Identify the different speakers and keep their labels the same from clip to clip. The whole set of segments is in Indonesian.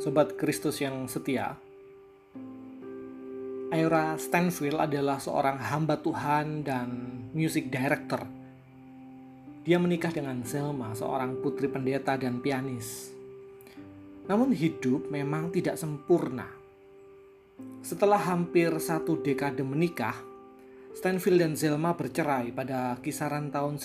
Speaker 1: Sobat Kristus yang setia, Ira Stanfield adalah seorang hamba Tuhan dan music director. Dia menikah dengan Zelma, seorang putri pendeta dan pianis. Namun hidup memang tidak sempurna. Setelah hampir 1 dekade menikah, Stanfield dan Zelma bercerai pada kisaran tahun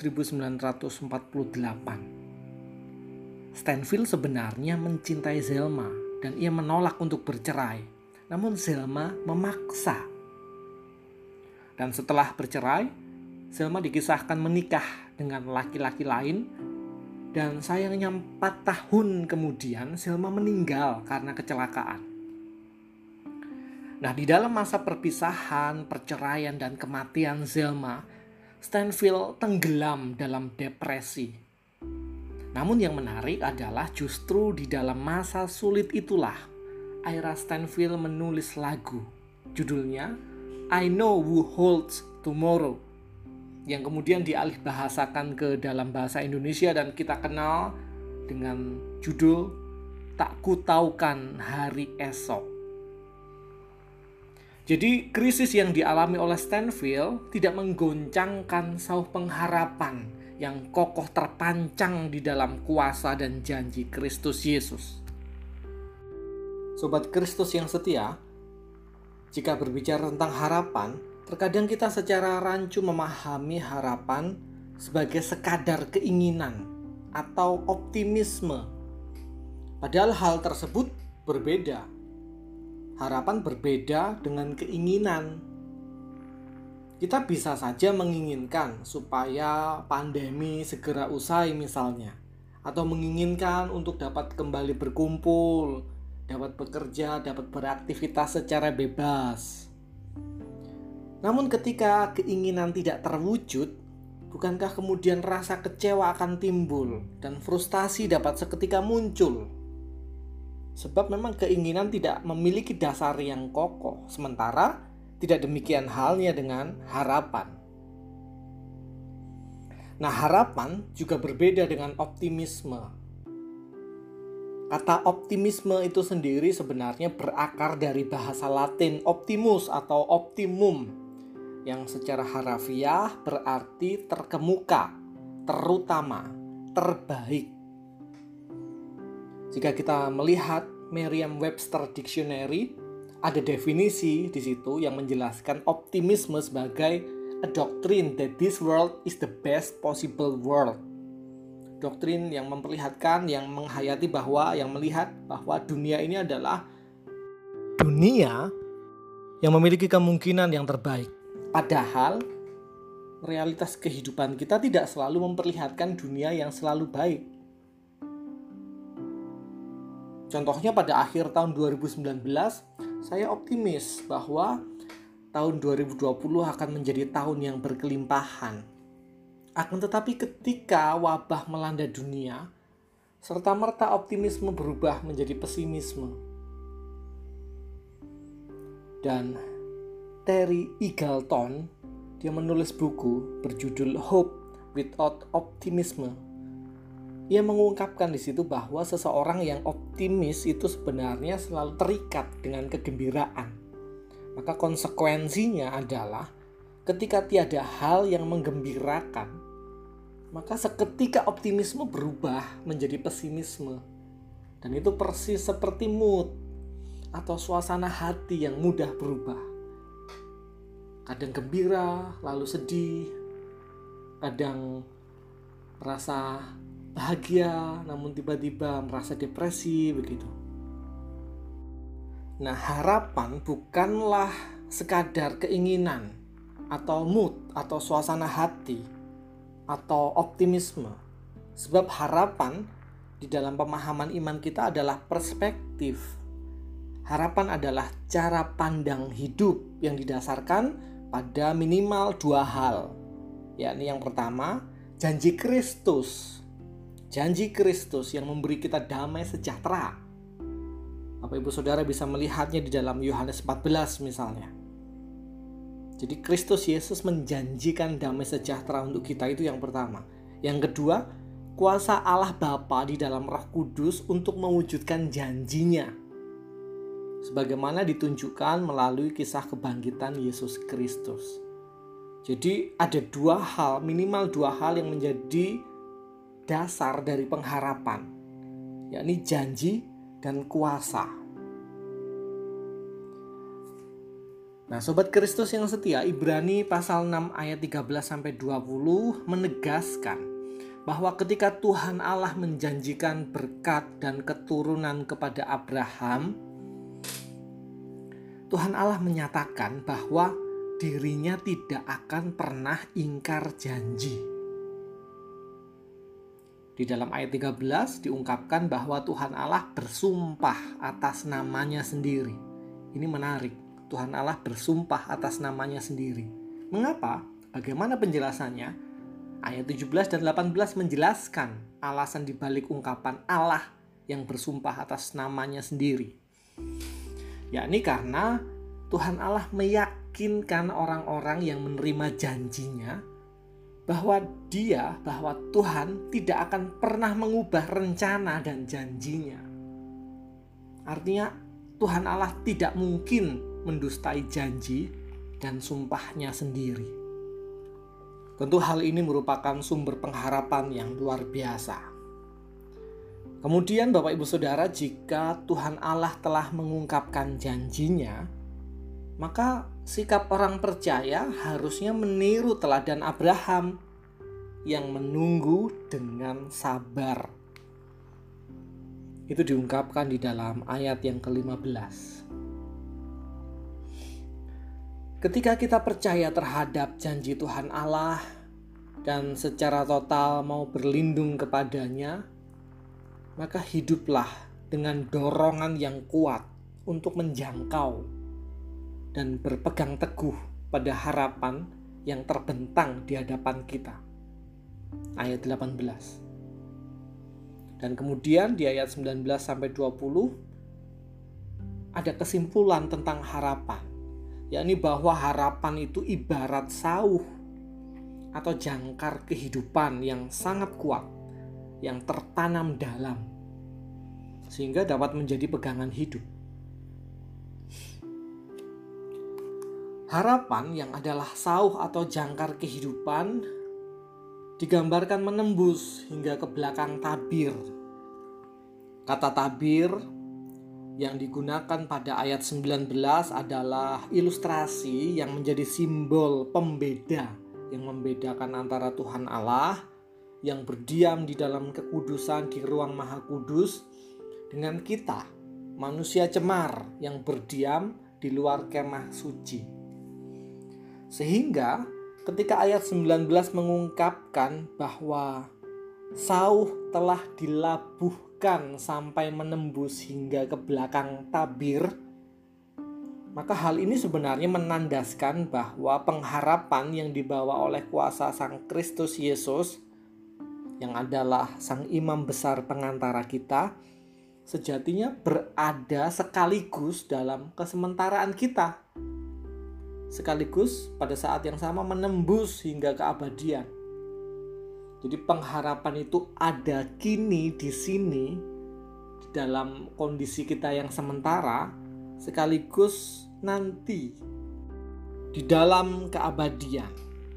Speaker 1: 1948. Stanfield sebenarnya mencintai Zelma dan ia menolak untuk bercerai. Namun Zelma memaksa. Dan setelah bercerai, Zelma dikisahkan menikah dengan laki-laki lain. Dan sayangnya 4 tahun kemudian Zelma meninggal karena kecelakaan. Nah, di dalam masa perpisahan, perceraian, dan kematian Zelma, Stanfield tenggelam dalam depresi. Namun yang menarik adalah justru di dalam masa sulit itulah Ira Stanfield menulis lagu. Judulnya I Know Who Holds Tomorrow, yang kemudian dialih bahasakan ke dalam bahasa Indonesia dan kita kenal dengan judul Tak Kutaukan Hari Esok. Jadi krisis yang dialami oleh Stanfield tidak menggoncangkan sauh pengharapan yang kokoh terpancang di dalam kuasa dan janji Kristus Yesus. Sobat Kristus yang setia, jika berbicara tentang harapan, terkadang kita secara rancu memahami harapan sebagai sekadar keinginan atau optimisme. Padahal hal tersebut berbeda. Harapan berbeda dengan keinginan. Kita bisa saja menginginkan supaya pandemi segera usai misalnya, atau menginginkan untuk dapat kembali berkumpul, dapat bekerja, dapat beraktivitas secara bebas. Namun ketika keinginan tidak terwujud, bukankah kemudian rasa kecewa akan timbul dan frustasi dapat seketika muncul? Sebab memang keinginan tidak memiliki dasar yang kokoh, sementara tidak demikian halnya dengan harapan. Nah, harapan juga berbeda dengan optimisme. Kata optimisme itu sendiri sebenarnya berakar dari bahasa Latin optimus atau optimum, yang secara harafiah berarti terkemuka, terutama, terbaik. Jika kita melihat Merriam-Webster Dictionary, ada definisi di situ yang menjelaskan optimisme sebagai a doctrine that this world is the best possible world. Doktrin yang memperlihatkan, yang menghayati bahwa, yang melihat bahwa dunia ini adalah dunia yang memiliki kemungkinan yang terbaik. Padahal realitas kehidupan kita tidak selalu memperlihatkan dunia yang selalu baik. Contohnya pada akhir tahun 2019, saya optimis bahwa tahun 2020 akan menjadi tahun yang berkelimpahan. Akan tetapi ketika wabah melanda dunia, serta-merta optimisme berubah menjadi pesimisme. Dan Terry Eagleton, dia menulis buku berjudul Hope Without Optimism. Ia mengungkapkan di situ bahwa seseorang yang optimis itu sebenarnya selalu terikat dengan kegembiraan. Maka konsekuensinya adalah ketika tiada hal yang menggembirakan, maka seketika optimisme berubah menjadi pesimisme. Dan itu persis seperti mood atau suasana hati yang mudah berubah. Kadang gembira, lalu sedih. Kadang merasa bahagia, namun tiba-tiba merasa depresi, begitu. Nah, harapan bukanlah sekadar keinginan atau mood atau suasana hati atau optimisme. Sebab harapan di dalam pemahaman iman kita adalah perspektif. Harapan adalah cara pandang hidup yang didasarkan pada minimal 2 hal. Yakni yang pertama, janji Kristus. Janji Kristus yang memberi kita damai sejahtera. Bapak Ibu Saudara bisa melihatnya di dalam Yohanes 14 misalnya. Jadi Kristus Yesus menjanjikan damai sejahtera untuk kita, itu yang pertama. Yang kedua, kuasa Allah Bapa di dalam Roh Kudus untuk mewujudkan janjinya. sebagaimana ditunjukkan melalui kisah kebangkitan Yesus Kristus. Jadi ada minimal dua hal yang menjadi dasar dari pengharapan, yakni janji dan kuasa. Nah, sobat Kristus yang setia, Ibrani pasal 6 ayat 13-20 menegaskan bahwa ketika Tuhan Allah menjanjikan berkat dan keturunan kepada Abraham, Tuhan Allah menyatakan bahwa dirinya tidak akan pernah ingkar janji. Di dalam ayat 13 diungkapkan bahwa Tuhan Allah bersumpah atas namanya sendiri. Ini menarik, Tuhan Allah bersumpah atas namanya sendiri. Mengapa? Bagaimana penjelasannya? Ayat 17 dan 18 menjelaskan alasan dibalik ungkapan Allah yang bersumpah atas namanya sendiri. Yakni karena Tuhan Allah meyakinkan orang-orang yang menerima janjinya bahwa Tuhan tidak akan pernah mengubah rencana dan janjinya. Artinya Tuhan Allah tidak mungkin mendustai janji dan sumpahnya sendiri. Tentu hal ini merupakan sumber pengharapan yang luar biasa. Kemudian Bapak Ibu Saudara, jika Tuhan Allah telah mengungkapkan janjinya, maka sikap orang percaya harusnya meniru teladan Abraham yang menunggu dengan sabar. Itu diungkapkan di dalam ayat yang ke-15. Ketika kita percaya terhadap janji Tuhan Allah dan secara total mau berlindung kepadanya, maka hiduplah dengan dorongan yang kuat untuk menjangkau dan berpegang teguh pada harapan yang terbentang di hadapan kita. Ayat 18. Dan kemudian di ayat 19-20 ada kesimpulan tentang harapan, yakni bahwa harapan itu ibarat sauh atau jangkar kehidupan yang sangat kuat, yang tertanam dalam, sehingga dapat menjadi pegangan hidup. Harapan yang adalah sauh atau jangkar kehidupan digambarkan menembus hingga ke belakang tabir. Kata tabir yang digunakan pada ayat 19 adalah ilustrasi yang menjadi simbol pembeda yang membedakan antara Tuhan Allah yang berdiam di dalam kekudusan di ruang maha kudus dengan kita, manusia cemar yang berdiam di luar kemah suci. Sehingga ketika ayat 19 mengungkapkan bahwa sauh telah dilabuhkan sampai menembus hingga ke belakang tabir, maka hal ini sebenarnya menandaskan bahwa pengharapan yang dibawa oleh kuasa Sang Kristus Yesus, yang adalah Sang Imam Besar pengantara kita, sejatinya berada sekaligus dalam kesementaraan kita, sekaligus pada saat yang sama menembus hingga keabadian. Jadi pengharapan itu ada kini di sini di dalam kondisi kita yang sementara, sekaligus nanti di dalam keabadian.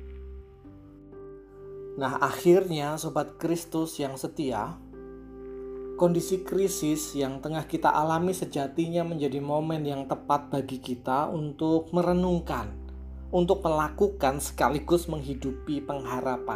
Speaker 1: Nah, akhirnya Sobat Kristus yang setia, kondisi krisis yang tengah kita alami sejatinya menjadi momen yang tepat bagi kita untuk merenungkan, untuk melakukan sekaligus menghidupi pengharapan.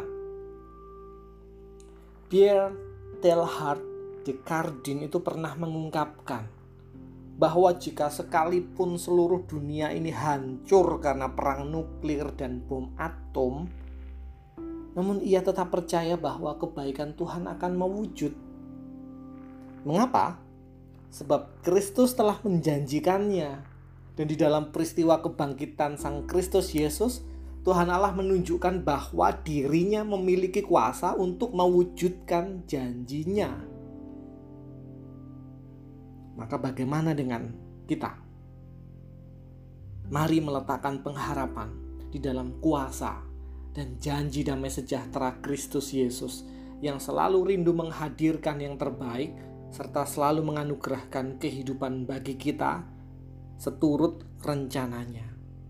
Speaker 1: Pierre Teilhard de Chardin itu pernah mengungkapkan bahwa jika sekalipun seluruh dunia ini hancur karena perang nuklir dan bom atom, namun ia tetap percaya bahwa kebaikan Tuhan akan mewujud. Mengapa? Sebab Kristus telah menjanjikannya. Dan di dalam peristiwa kebangkitan Sang Kristus Yesus, Tuhan Allah menunjukkan bahwa dirinya memiliki kuasa untuk mewujudkan janjinya. Maka bagaimana dengan kita? Mari meletakkan pengharapan di dalam kuasa dan janji damai sejahtera Kristus Yesus yang selalu rindu menghadirkan yang terbaik serta selalu menganugerahkan kehidupan bagi kita seturut rencananya.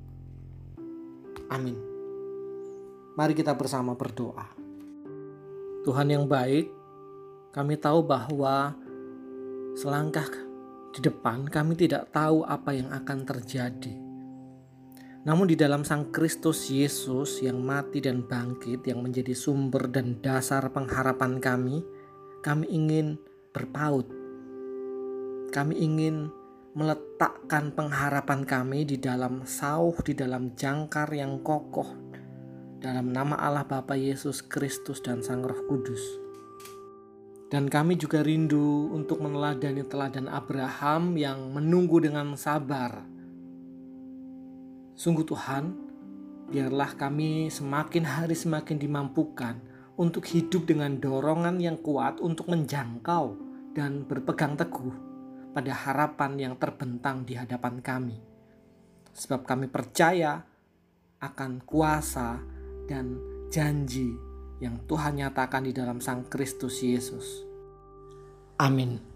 Speaker 1: Amin. Mari kita bersama berdoa. Tuhan yang baik, kami tahu bahwa selangkah di depan kami tidak tahu apa yang akan terjadi. Namun di dalam Sang Kristus Yesus yang mati dan bangkit, yang menjadi sumber dan dasar pengharapan kami ingin berpaut. Kami ingin meletakkan pengharapan kami di dalam sauh, di dalam jangkar yang kokoh, dalam nama Allah Bapa Yesus Kristus dan Sang Roh Kudus. Dan kami juga rindu untuk meneladani teladan Abraham yang menunggu dengan sabar. Sungguh Tuhan, biarlah kami semakin hari semakin dimampukan untuk hidup dengan dorongan yang kuat untuk menjangkau dan berpegang teguh pada harapan yang terbentang di hadapan kami. Sebab kami percaya akan kuasa dan janji yang Tuhan nyatakan di dalam Sang Kristus Yesus. Amin.